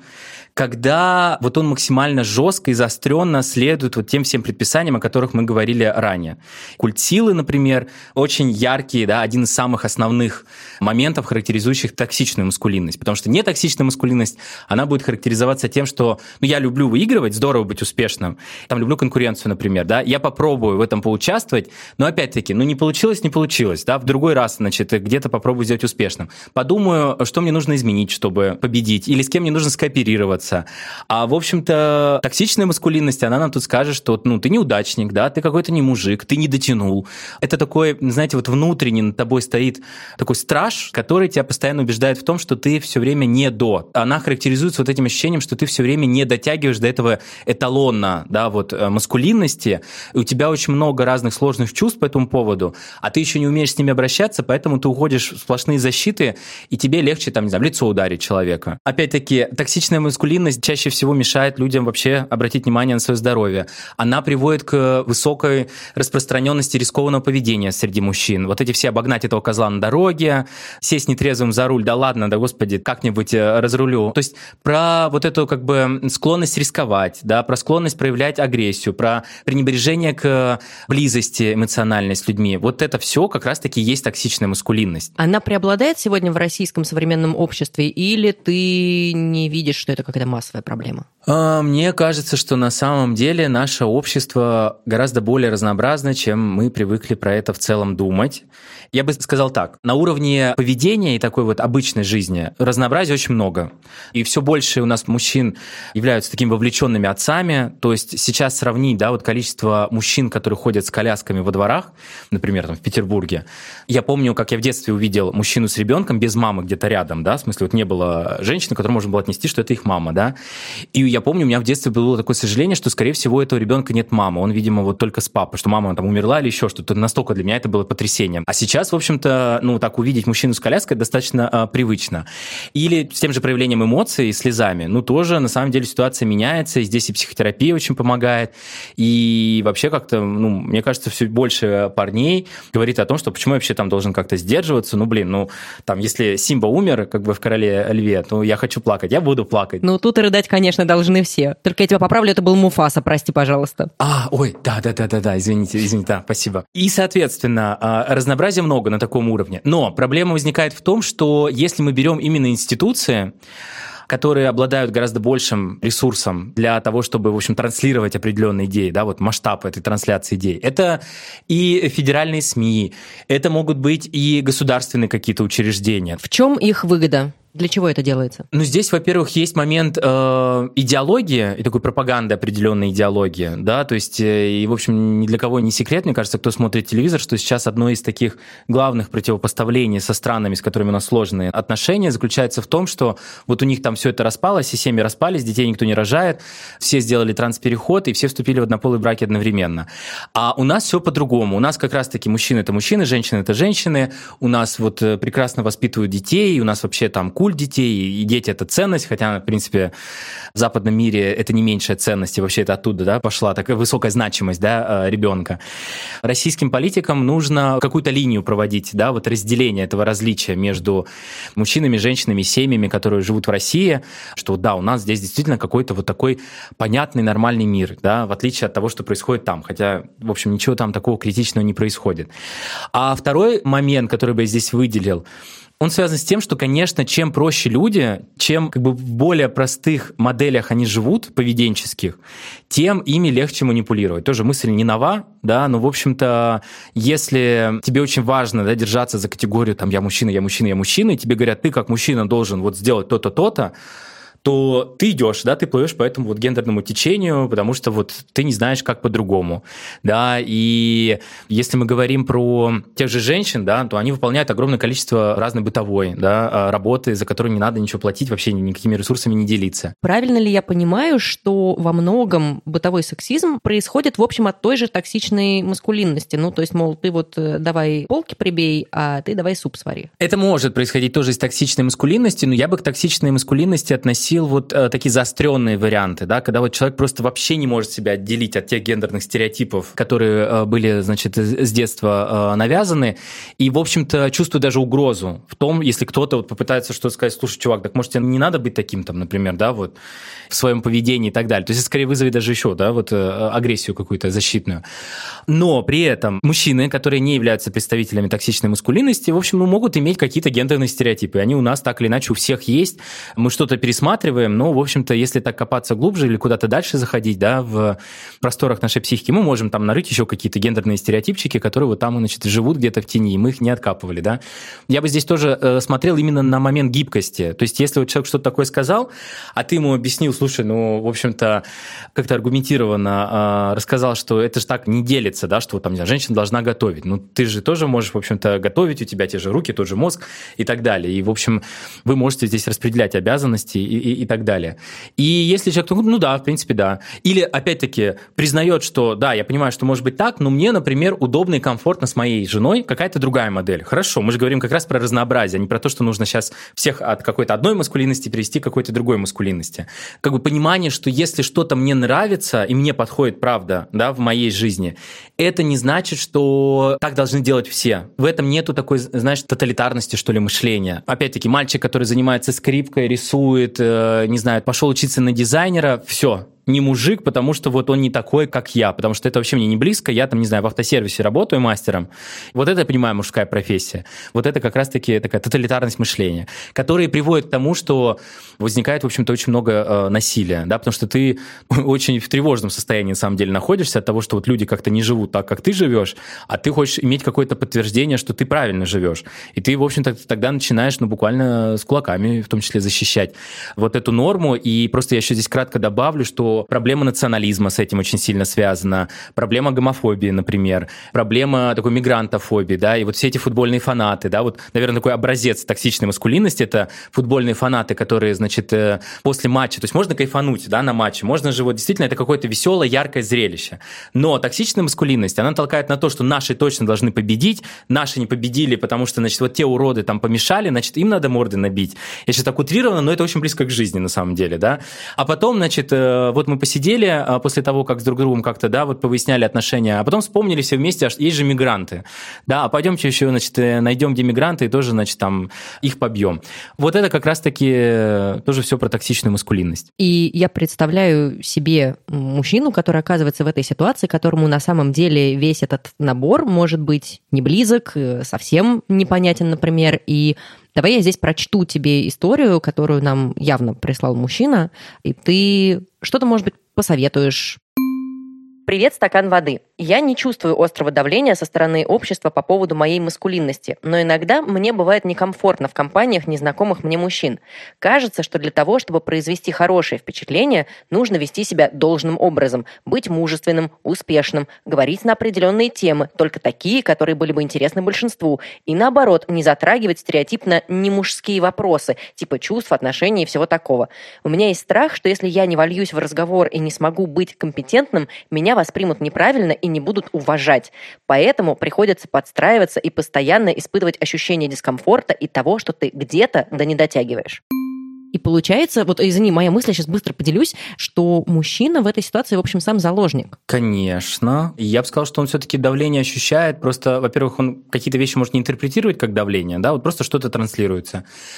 когда вот он максимально жестко и заостренно следует вот тем всем предписаниям, о которых мы говорили ранее. Культ силы, например, очень яркий, да, один из самых основных моментов, характеризующих токсичную маскулинность. Потому что нетоксичная маскулинность, она будет характеризоваться тем, что ну, я люблю выигрывать, здорово быть успешным, там люблю конкуренцию, например, да, я попробую в этом поучаствовать, но опять-таки, ну не получилось, не получилось, да, в другой раз, значит, где-то попробую сделать успешным. Подумаю, что мне нужно изменить, чтобы победить, или с кем мне нужно скооперироваться. А, в общем-то, токсичная маскулинность, она нам тут скажет, что ну, ты неудачник, да, ты какой-то не мужик, ты не дотянул. Это такой, знаете, вот внутренне над тобой стоит такой страж, который тебя постоянно убеждает в том, что ты все время не до. Она характеризуется вот этим ощущением, что ты все время не дотягиваешь до этого эталона, да, вот, маскулинности, и у тебя очень много разных сложных чувств по этому поводу, а ты еще не умеешь с ними обращаться, поэтому ты уходишь в сплошные защиты, и тебе легче, там, не знаю, в лицо ударить человека. Опять-таки, токсичная маскулинность чаще всего мешает людям вообще обратить внимание на свое здоровье. Она приводит к высокой распространенности рискованного поведения среди мужчин. Вот эти все обогнать этого козла на дороге, сесть нетрезвым за руль, да ладно, да господи, как-нибудь разрулю. То есть про вот эту как бы склонность рисковать, да, про склонность проявлять агрессию, про пренебрежение к близости эмоциональной с людьми. Вот это все как раз-таки есть токсичная маскулинность. Она преобладает сегодня в российском современном обществе, или ты не видишь, что это какая-то массовая проблема? Мне кажется, что на самом деле наше общество гораздо более разнообразно, чем мы привыкли про это в целом думать. Я бы сказал так, на уровне поведения и такой вот обычной жизни разнообразия очень много. И все больше у нас мужчин являются такими вовлеченными отцами. То есть сейчас сравнить, да, вот количество мужчин, которые ходят с колясками во дворах, например, там в Петербурге. Я помню, как я в детстве увидел мужчину с ребенком без мамы где-то рядом, да, в смысле вот не было женщины, которой можно было отнести, что это их мама, да. И я помню, у меня в детстве было такое сожаление, что, скорее всего, у этого ребенка нет мамы. Он, видимо, вот только с папой, что мама там умерла или еще что-то. Настолько для меня это было потрясением. А сейчас, в общем-то, ну, так увидеть мужчину с коляской достаточно а, привычно. Или с тем же проявлением эмоций и слезами. Ну, тоже, на самом деле, ситуация меняется. И здесь и психотерапия очень помогает. И вообще как-то, ну, мне кажется, все больше парней говорит о том, что почему я вообще там должен как-то сдерживаться. Ну, блин, ну, там, если Симба умер, как бы в «Короле льве», то я хочу плакать, я буду плакать. Ну, тут и рыдать, конечно, должны все. Только я тебя поправлю, это был Муфаса, прости, пожалуйста. А, ой, да-да-да-да, извините, извините, да, спасибо. И, соответственно, разнообразия много на таком уровне. Но проблема возникает в том, что если мы берем именно институции, которые обладают гораздо большим ресурсом для того, чтобы, в общем, транслировать определенные идеи, да, вот масштаб этой трансляции идей. Это и федеральные СМИ, это могут быть и государственные какие-то учреждения. В чем их выгода? Для чего это делается? Ну, здесь, во-первых, есть момент э, идеологии и такой пропаганды, определенной идеологии, да, то есть, э, и, в общем, ни для кого не секрет, мне кажется, кто смотрит телевизор, что сейчас одно из таких главных противопоставлений со странами, с которыми у нас сложные отношения, заключается в том, что вот у них там все это распалось, и семьи распались, детей никто не рожает, все сделали транспереход, и все вступили в однополые браки одновременно. А у нас все по-другому. У нас как раз-таки мужчины – это мужчины, женщины – это женщины, у нас вот прекрасно воспитывают детей, у нас вообще там культ детей, и дети – это ценность, хотя, в принципе, в западном мире это не меньшая ценность, и вообще это оттуда, да, пошла такая высокая значимость, да, ребенка. Российским политикам нужно какую-то линию проводить, да, вот разделение этого различия между мужчинами, женщинами, семьями, которые живут в России, что да, у нас здесь действительно какой-то вот такой понятный, нормальный мир, да, в отличие от того, что происходит там, хотя, в общем, ничего там такого критичного не происходит. А второй момент, который бы я здесь выделил, он связан с тем, что, конечно, чем проще люди, чем как бы в более простых моделях они живут, поведенческих, тем ими легче манипулировать. Тоже мысль не нова, да, но, в общем-то, если тебе очень важно, да, держаться за категорию там «я мужчина, я мужчина, я мужчина», и тебе говорят, ты как мужчина должен вот сделать то-то, то-то, то ты идешь, да, ты плывешь по этому вот гендерному течению, потому что вот ты не знаешь, как по-другому, да, и если мы говорим про тех же женщин, да, то они выполняют огромное количество разной бытовой, да, работы, за которую не надо ничего платить, вообще никакими ресурсами не делиться. Правильно ли я понимаю, что во многом бытовой сексизм происходит, в общем, от той же токсичной маскулинности? Ну, то есть, мол, ты вот давай полки прибей, а ты давай суп свари. Это может происходить тоже из токсичной маскулинности, но я бы к токсичной маскулинности относил вот э, такие заостренные варианты, да, когда вот человек просто вообще не может себя отделить от тех гендерных стереотипов, которые э, были, значит, с детства э, навязаны, и, в общем-то, чувствует даже угрозу в том, если кто-то вот попытается что-то сказать: слушай, чувак, так может тебе не надо быть таким, там, например, да, вот в своем поведении и так далее. То есть это скорее вызовет даже еще, да, вот э, агрессию какую-то защитную. Но при этом мужчины, которые не являются представителями токсичной маскулинности, в общем, ну, могут иметь какие-то гендерные стереотипы. Они у нас так или иначе у всех есть. Мы что-то пересматриваем, но, в общем-то, если так копаться глубже или куда-то дальше заходить, да, в просторах нашей психики, мы можем там нарыть еще какие-то гендерные стереотипчики, которые вот там, значит, живут где-то в тени, и мы их не откапывали, да. Я бы здесь тоже э, смотрел именно на момент гибкости. То есть, если вот человек что-то такое сказал, а ты ему объяснил: слушай, ну, в общем-то, как-то аргументированно э, рассказал, что это же так не делится, да, что вот там, не знаю, женщина должна готовить. Ну, ты же тоже можешь, в общем-то, готовить, у тебя те же руки, тот же мозг и так далее. И, в общем, вы можете здесь распределять обязанности и, и, и так далее. И если человек, ну да, в принципе, да. Или, опять-таки, признает, что да, я понимаю, что может быть так, но мне, например, удобно и комфортно с моей женой какая-то другая модель. Хорошо, мы же говорим как раз про разнообразие, а не про то, что нужно сейчас всех от какой-то одной маскулинности перевести к какой-то другой маскулинности. Как бы понимание, что если что-то мне нравится и мне подходит, правда, да, в моей жизни, это не значит, что так должны делать все. В этом нету такой, знаешь, тоталитарности, что ли, мышления. Опять-таки, мальчик, который занимается скрипкой, рисует, не знаю, пошел учиться на дизайнера, все, не мужик, потому что вот он не такой, как я, потому что это вообще мне не близко, я там, не знаю, в автосервисе работаю мастером. Вот это, я понимаю, мужская профессия. Вот это как раз-таки такая тоталитарность мышления, которая приводит к тому, что возникает, в общем-то, очень много э, насилия, да, потому что ты очень в тревожном состоянии, на самом деле, находишься от того, что вот люди как-то не живут так, как ты живешь, а ты хочешь иметь какое-то подтверждение, что ты правильно живешь. И ты, в общем-то, тогда начинаешь, ну, буквально с кулаками, в том числе, защищать вот эту норму. И просто я еще здесь кратко добавлю, что проблема национализма с этим очень сильно связана, проблема гомофобии, например, проблема такой мигрантофобии, да, и вот все эти футбольные фанаты, да, вот, наверное, такой образец токсичной маскулинности — это футбольные фанаты, которые, значит, после матча, то есть можно кайфануть, да, на матче, можно же, вот, действительно, это какое-то веселое, яркое зрелище, но токсичная маскулинность, она толкает на то, что наши точно должны победить, наши не победили, потому что, значит, вот те уроды там помешали, значит, им надо морды набить. Я сейчас так утрированно, но это очень близко к жизни, на самом деле, да, а потом, значит, вот мы посидели после того, как с друг другом как-то, да, вот повыясняли отношения, а потом вспомнили все вместе, аж есть же мигранты, да, а пойдемте еще, значит, найдем, где мигранты, и тоже, значит, там их побьем. Вот это как раз-таки тоже все про токсичную маскулинность. И я представляю себе мужчину, который оказывается в этой ситуации, которому на самом деле весь этот набор может быть не близок, совсем непонятен, например, и давай я здесь прочту тебе историю, которую нам явно прислал мужчина, и ты что-то, может быть, посоветуешь. Привет, стакан воды. Я не чувствую острого давления со стороны общества по поводу моей маскулинности, но иногда мне бывает некомфортно в компаниях незнакомых мне мужчин. Кажется, что для того, чтобы произвести хорошее впечатление, нужно вести себя должным образом, быть мужественным, успешным, говорить на определенные темы, только такие, которые были бы интересны большинству, и наоборот, не затрагивать стереотипно немужские вопросы, типа чувств, отношений и всего такого. У меня есть страх, что если я не вольюсь в разговор и не смогу быть компетентным, меня воспримут неправильно и не будут уважать. Поэтому приходится подстраиваться и постоянно испытывать ощущение дискомфорта и того, что ты где-то да не дотягиваешь. И получается, вот, извини, моя мысль, я сейчас быстро поделюсь, что мужчина в этой ситуации, в общем, сам заложник. Конечно. И я бы сказал, что он все-таки давление ощущает. Просто, во-первых, он какие-то вещи может не интерпретировать как давление, да, вот просто что-то транслируется.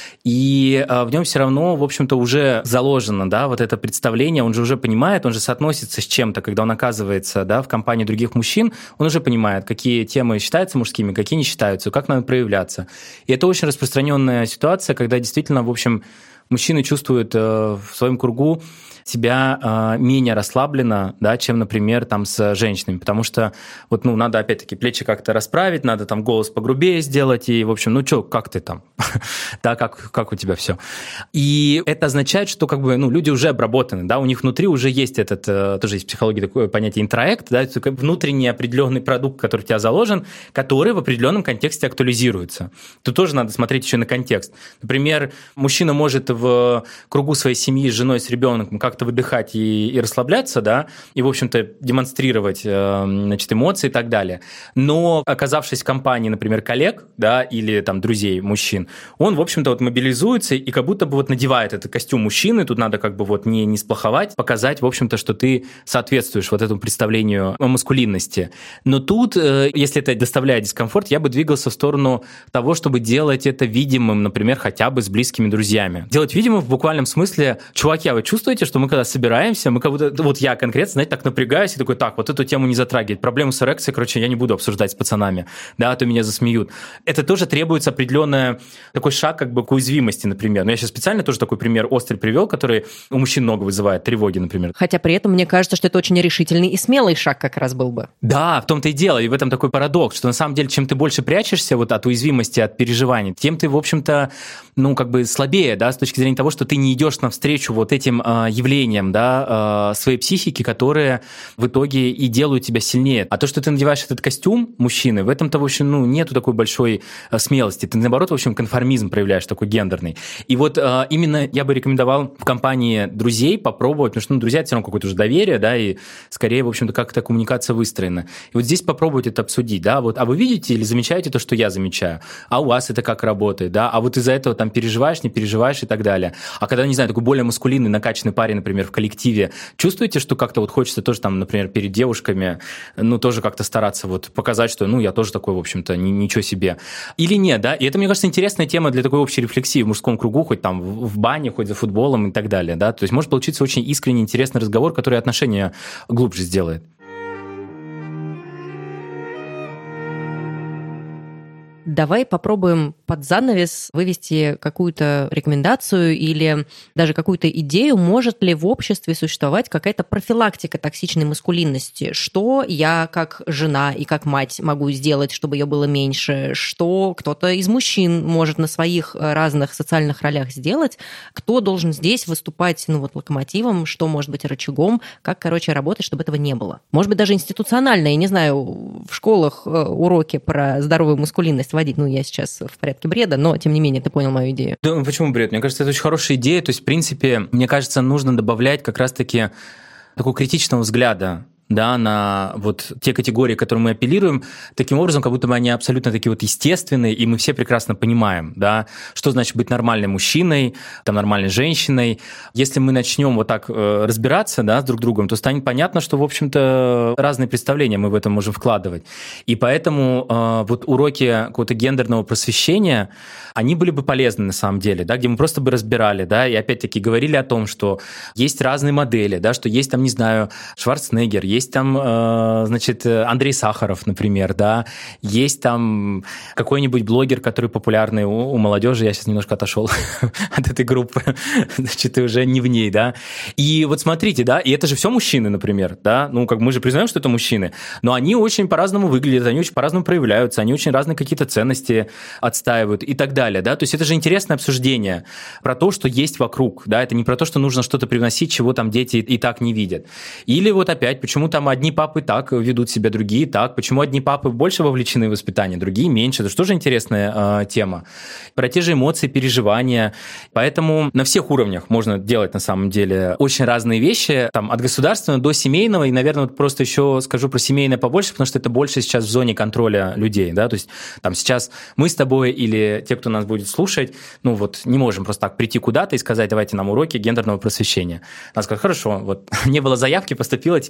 И а, в нем все равно, в общем-то, уже заложено, да, вот это представление, он же уже понимает, он же соотносится с чем-то, когда он оказывается, да, в компании других мужчин, он уже понимает, какие темы считаются мужскими, какие не считаются, как надо проявляться. И это очень распространенная ситуация, когда действительно, в общем, мужчины чувствуют э, в своем кругу себя э, менее расслабленно, да, чем, например, там с женщинами, потому что вот, ну, надо опять-таки плечи как-то расправить, надо там голос погрубее сделать, и, в общем, ну, что, как ты там, да, как, как у тебя все. И это означает, что, как бы, ну, люди уже обработаны, да, у них внутри уже есть этот, тоже есть в психологии такое понятие интроект, да, это внутренний определенный продукт, который у тебя заложен, который в определенном контексте актуализируется. Тут тоже надо смотреть еще на контекст. Например, мужчина может в кругу своей семьи с женой, с ребенком как-то выдыхать и, и расслабляться, да, и, в общем-то, демонстрировать, значит, эмоции и так далее. Но, оказавшись в компании, например, коллег, да, или там друзей мужчин, он, в общем-то, вот мобилизуется и как будто бы вот надевает этот костюм мужчины, тут надо как бы вот не, не сплоховать, показать, в общем-то, что ты соответствуешь вот этому представлению о маскулинности. Но тут, если это доставляет дискомфорт, я бы двигался в сторону того, чтобы делать это видимым, например, хотя бы с близкими друзьями. Делать видимым в буквальном смысле, чуваки, а вы чувствуете, что мы когда собираемся, мы как будто, вот я конкретно, знаете, так напрягаюсь и такой, так, вот эту тему не затрагивать, проблему с эрекцией, короче, я не буду обсуждать с пацанами, да, а то меня засмеют. Это тоже требуется определенный такой шаг как бы к уязвимости, например. Но я сейчас специально тоже такой пример острый привел, который у мужчин много вызывает тревоги, например. Хотя при этом мне кажется, что это очень решительный и смелый шаг как раз был бы. Да, в том-то и дело, и в этом такой парадокс, что на самом деле, чем ты больше прячешься вот от уязвимости, от переживаний, тем ты, в общем-то, ну, как бы слабее, да, с точки зрения того, что ты не идешь навстречу вот этим э, явлениям, да, э, своей психики, которые в итоге и делают тебя сильнее. А то, что ты надеваешь этот костюм мужчины, в этом-то, в общем, ну, нету такой большой э, смелости. Ты, наоборот, в общем, конформизм проявляешь такой гендерный. И вот э, именно я бы рекомендовал в компании друзей попробовать, потому что, ну, друзья, это все равно какое-то уже доверие, да, и скорее, в общем-то, как-то коммуникация выстроена. И вот здесь попробовать это обсудить, да, вот, а вы видите или замечаете то, что я замечаю? А у вас это как работает, да? А вот из-за этого там переживаешь, не переживаешь и так далее. А когда, не знаю, такой более маскулинный, накачанный парень, например, в коллективе, чувствуете, что как-то вот хочется тоже там, например, перед девушками, ну, тоже как-то стараться вот показать, что, ну, я тоже такой, в общем-то, ничего себе. Или нет, да? И это, мне кажется, интересная тема для такой общей рефлексии в мужском кругу, хоть там в бане, хоть за футболом и так далее, да? То есть может получиться очень искренний, интересный разговор, который отношения глубже сделает. Давай попробуем под занавес вывести какую-то рекомендацию или даже какую-то идею, может ли в обществе существовать какая-то профилактика токсичной маскулинности. Что я как жена и как мать могу сделать, чтобы ее было меньше? Что кто-то из мужчин может на своих разных социальных ролях сделать? Кто должен здесь выступать, ну вот, локомотивом? Что может быть рычагом? Как, короче, работать, чтобы этого не было? Может быть, даже институционально, я не знаю, в школах уроки про здоровую маскулинность водить. Ну, я сейчас в порядке бреда, но, тем не менее, ты понял мою идею. Да, почему бред? Мне кажется, это очень хорошая идея. То есть, в принципе, мне кажется, нужно добавлять как раз-таки такого критичного взгляда, да, на вот те категории, к которым мы апеллируем, таким образом, как будто бы они абсолютно такие вот естественные, и мы все прекрасно понимаем, да, что значит быть нормальным мужчиной, там, нормальной женщиной. Если мы начнем вот так э, разбираться, да, с друг другом, то станет понятно, что, в общем-то, разные представления мы в этом можем вкладывать. И поэтому э, вот уроки какого-то гендерного просвещения, они были бы полезны на самом деле, да, где мы просто бы разбирали, да, и опять-таки говорили о том, что есть разные модели, да, что есть там, не знаю, Шварценеггер, есть там, значит, Андрей Сахаров, например, да, есть там какой-нибудь блогер, который популярный у, у молодежи, я сейчас немножко отошел от этой группы, значит, и уже не в ней, да. И вот смотрите, да, и это же все мужчины, например, да, ну, как мы же признаем, что это мужчины, но они очень по-разному выглядят, они очень по-разному проявляются, они очень разные какие-то ценности отстаивают и так далее, да, то есть это же интересное обсуждение про то, что есть вокруг, да, это не про то, что нужно что-то привносить, чего там дети и так не видят. Или вот опять, почему там одни папы так ведут себя, другие так, почему одни папы больше вовлечены в воспитание, другие меньше, это же тоже интересная э, тема. Про те же эмоции, переживания, поэтому на всех уровнях можно делать на самом деле очень разные вещи, там, от государственного до семейного, и, наверное, вот просто еще скажу про семейное побольше, потому что это больше сейчас в зоне контроля людей, да, то есть там сейчас мы с тобой или те, кто нас будет слушать, ну вот не можем просто так прийти куда-то и сказать, давайте нам уроки гендерного просвещения. Надо сказать, хорошо, вот не было заявки, поступило, теперь они будут.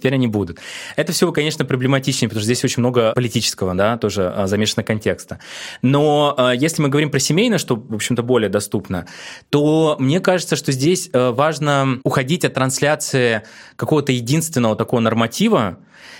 будут. Это все, конечно, проблематичнее, потому что здесь очень много политического, да, тоже замешано контекста. Но если мы говорим про семейное, что, в общем-то, более доступно, то мне кажется, что здесь важно уходить от трансляции какого-то единственного такого норматива,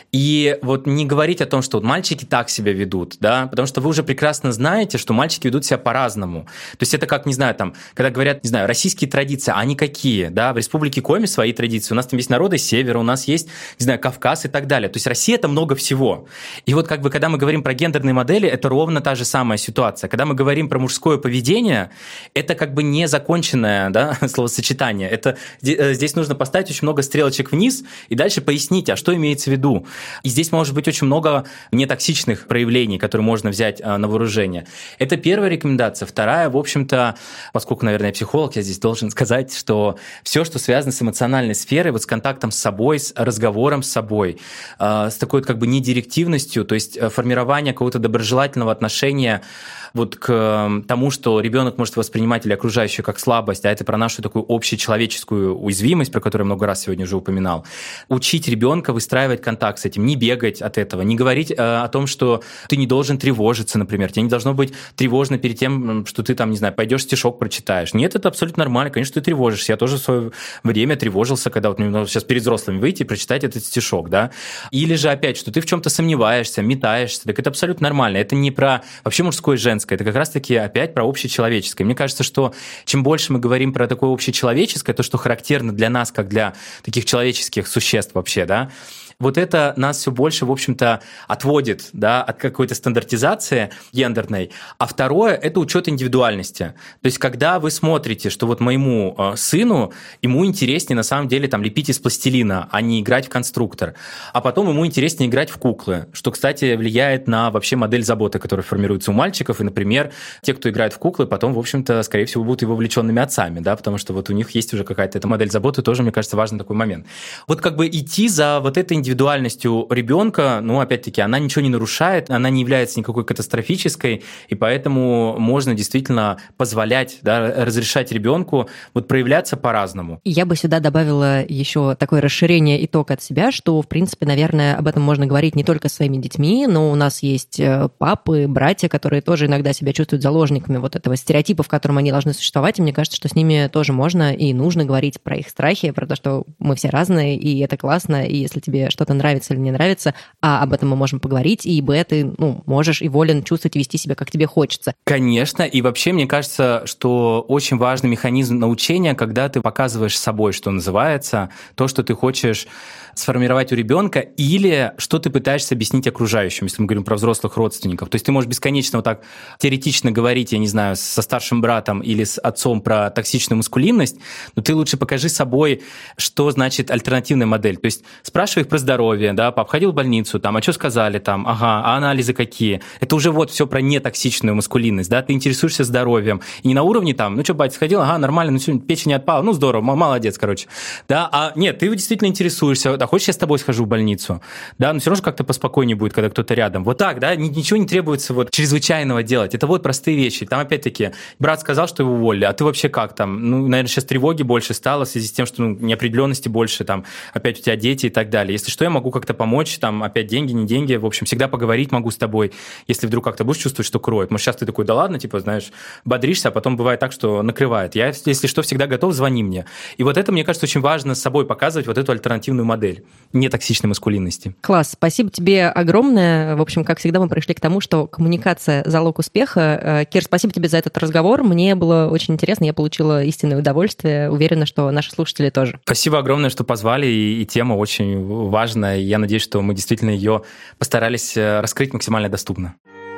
и вот не говорить о том, что вот мальчики так себя ведут, да, потому что вы уже прекрасно знаете, что мальчики ведут себя по-разному. То есть это как, не знаю, там, когда говорят, не знаю, российские традиции, они какие, да, в Республике Коми свои традиции, у нас там есть народы севера, у нас есть, не знаю, Кавказ и так далее. То есть Россия – это много всего. И вот как бы, когда мы говорим про гендерные модели, это ровно та же самая ситуация. Когда мы говорим про мужское поведение, это как бы незаконченное, да, словосочетание. Это, здесь нужно поставить очень много стрелочек вниз и дальше пояснить, а что имеется в виду. И здесь может быть очень много нетоксичных проявлений, которые можно взять на вооружение. Это первая рекомендация. Вторая, в общем-то, поскольку, наверное, я психолог, я здесь должен сказать, что все, что связано с эмоциональной сферой, вот с контактом с собой, с разговором с собой, с такой как бы недирективностью, то есть формирование какого-то доброжелательного отношения вот к тому, что ребенок может воспринимать или окружающее как слабость, а это про нашу такую общечеловеческую уязвимость, про которую я много раз сегодня уже упоминал. Учить ребенка выстраивать контакт с этим, не бегать от этого, не говорить э, о том, что ты не должен тревожиться, например, тебе не должно быть тревожно перед тем, что ты там, не знаю, пойдешь стишок прочитаешь. Нет, это абсолютно нормально, конечно, ты тревожишься. Я тоже в свое время тревожился, когда вот ну, сейчас перед взрослыми выйти и прочитать этот стишок, да. Или же опять, что ты в чем-то сомневаешься, метаешься, так это абсолютно нормально. Это не про вообще мужское и женское, это как раз-таки опять про общечеловеческое. Мне кажется, что чем больше мы говорим про такое общечеловеческое, то, что характерно для нас, как для таких человеческих существ вообще, да, вот это нас все больше, в общем-то, отводит, да, от какой-то стандартизации гендерной. А второе – это учет индивидуальности. То есть, когда вы смотрите, что вот моему э, сыну, ему интереснее на самом деле там лепить из пластилина, а не играть в конструктор. А потом ему интереснее играть в куклы, что, кстати, влияет на вообще модель заботы, которая формируется у мальчиков. И, например, те, кто играет в куклы, потом, в общем-то, скорее всего, будут и вовлеченными отцами, да, потому что вот у них есть уже какая-то эта модель заботы, тоже, мне кажется, важный такой момент. Вот как бы идти за вот этой индивидуальностью ребенка, ну, опять-таки, она ничего не нарушает, она не является никакой катастрофической, и поэтому можно действительно позволять, да, разрешать ребенку вот проявляться по-разному. Я бы сюда добавила еще такое расширение итог от себя, что, в принципе, наверное, об этом можно говорить не только со своими детьми, но у нас есть папы, братья, которые тоже иногда себя чувствуют заложниками вот этого стереотипа, в котором они должны существовать, и мне кажется, что с ними тоже можно и нужно говорить про их страхи, про то, что мы все разные, и это классно, и если тебе что-то нравится или не нравится, а об этом мы можем поговорить, и б, ты ну, можешь и волен чувствовать и вести себя, как тебе хочется. Конечно, и вообще мне кажется, что очень важный механизм научения, когда ты показываешь собой, что называется, то, что ты хочешь сформировать у ребенка, или что ты пытаешься объяснить окружающим, если мы говорим про взрослых родственников. То есть ты можешь бесконечно вот так теоретично говорить, я не знаю, со старшим братом или с отцом про токсичную маскулинность, но ты лучше покажи собой, что значит альтернативная модель. То есть спрашивай их про здоровье, да, пап, ходил в больницу, там, а что сказали, там, ага, а анализы какие? Это уже вот все про нетоксичную маскулинность, да, ты интересуешься здоровьем. И не на уровне там, ну что, батя, сходил, ага, нормально, ну сегодня печень не отпала, ну здорово, молодец, короче. Да, а нет, ты действительно интересуешься, да, хочешь, я с тобой схожу в больницу? Да, но все равно как-то поспокойнее будет, когда кто-то рядом. Вот так, да, ничего не требуется вот чрезвычайного делать. Это вот простые вещи. Там опять-таки брат сказал, что его уволили, а ты вообще как там? Ну, наверное, сейчас тревоги больше стало в связи с тем, что ну, неопределенности больше, там, опять у тебя дети и так далее. Если что, я могу как-то помочь, там, опять деньги, не деньги, в общем, всегда поговорить могу с тобой, если вдруг как-то будешь чувствовать, что кроет. Может, сейчас ты такой, да ладно, типа, знаешь, бодришься, а потом бывает так, что накрывает. Я, если что, всегда готов, звони мне. И вот это, мне кажется, очень важно с собой показывать вот эту альтернативную модель нетоксичной маскулинности. Класс, спасибо тебе огромное. В общем, как всегда, мы пришли к тому, что коммуникация – залог успеха. Кир, спасибо тебе за этот разговор. Мне было очень интересно, я получила истинное удовольствие. Уверена, что наши слушатели тоже. Спасибо огромное, что позвали, и, и тема очень важная. Я надеюсь, что мы действительно ее постарались раскрыть максимально доступно.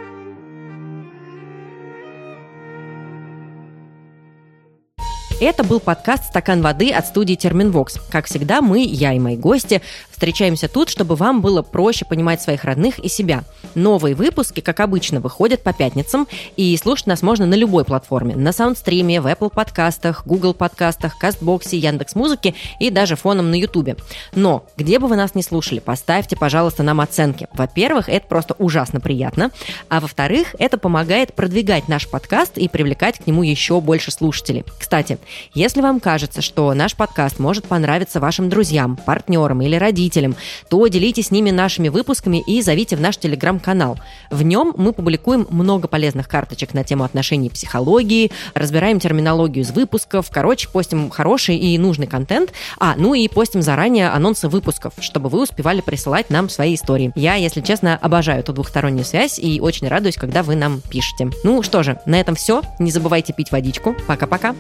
Это был подкаст «Стакан воды» от студии Терминвокс. Как всегда, мы, я и мои гости, встречаемся тут, чтобы вам было проще понимать своих родных и себя. Новые выпуски, как обычно, выходят по пятницам, и слушать нас можно на любой платформе. На Саундстриме, в Apple подкастах, Google подкастах, Кастбоксе, Яндекс.Музыке и даже фоном на Ютубе. Но, где бы вы нас ни слушали, поставьте, пожалуйста, нам оценки. Во-первых, это просто ужасно приятно, а во-вторых, это помогает продвигать наш подкаст и привлекать к нему еще больше слушателей. Кстати, Если вам кажется, что наш подкаст может понравиться вашим друзьям, партнерам или родителям, то делитесь с ними нашими выпусками и зовите в наш телеграм-канал. В нем мы публикуем много полезных карточек на тему отношений и психологии, разбираем терминологию из выпусков, короче, постим хороший и нужный контент, а, ну и постим заранее анонсы выпусков, чтобы вы успевали присылать нам свои истории. Я, если честно, обожаю эту двухстороннюю связь и очень радуюсь, когда вы нам пишете. Ну что же, на этом все. Не забывайте пить водичку. Пока-пока.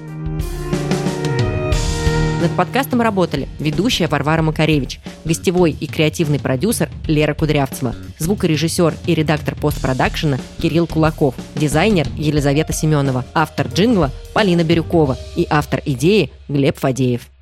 Над подкастом работали ведущая Варвара Макаревич, гостевой и креативный продюсер Лера Кудрявцева, звукорежиссер и редактор постпродакшена Кирилл Кулаков, дизайнер Елизавета Семенова, автор джингла Полина Бирюкова и автор идеи Глеб Фадеев.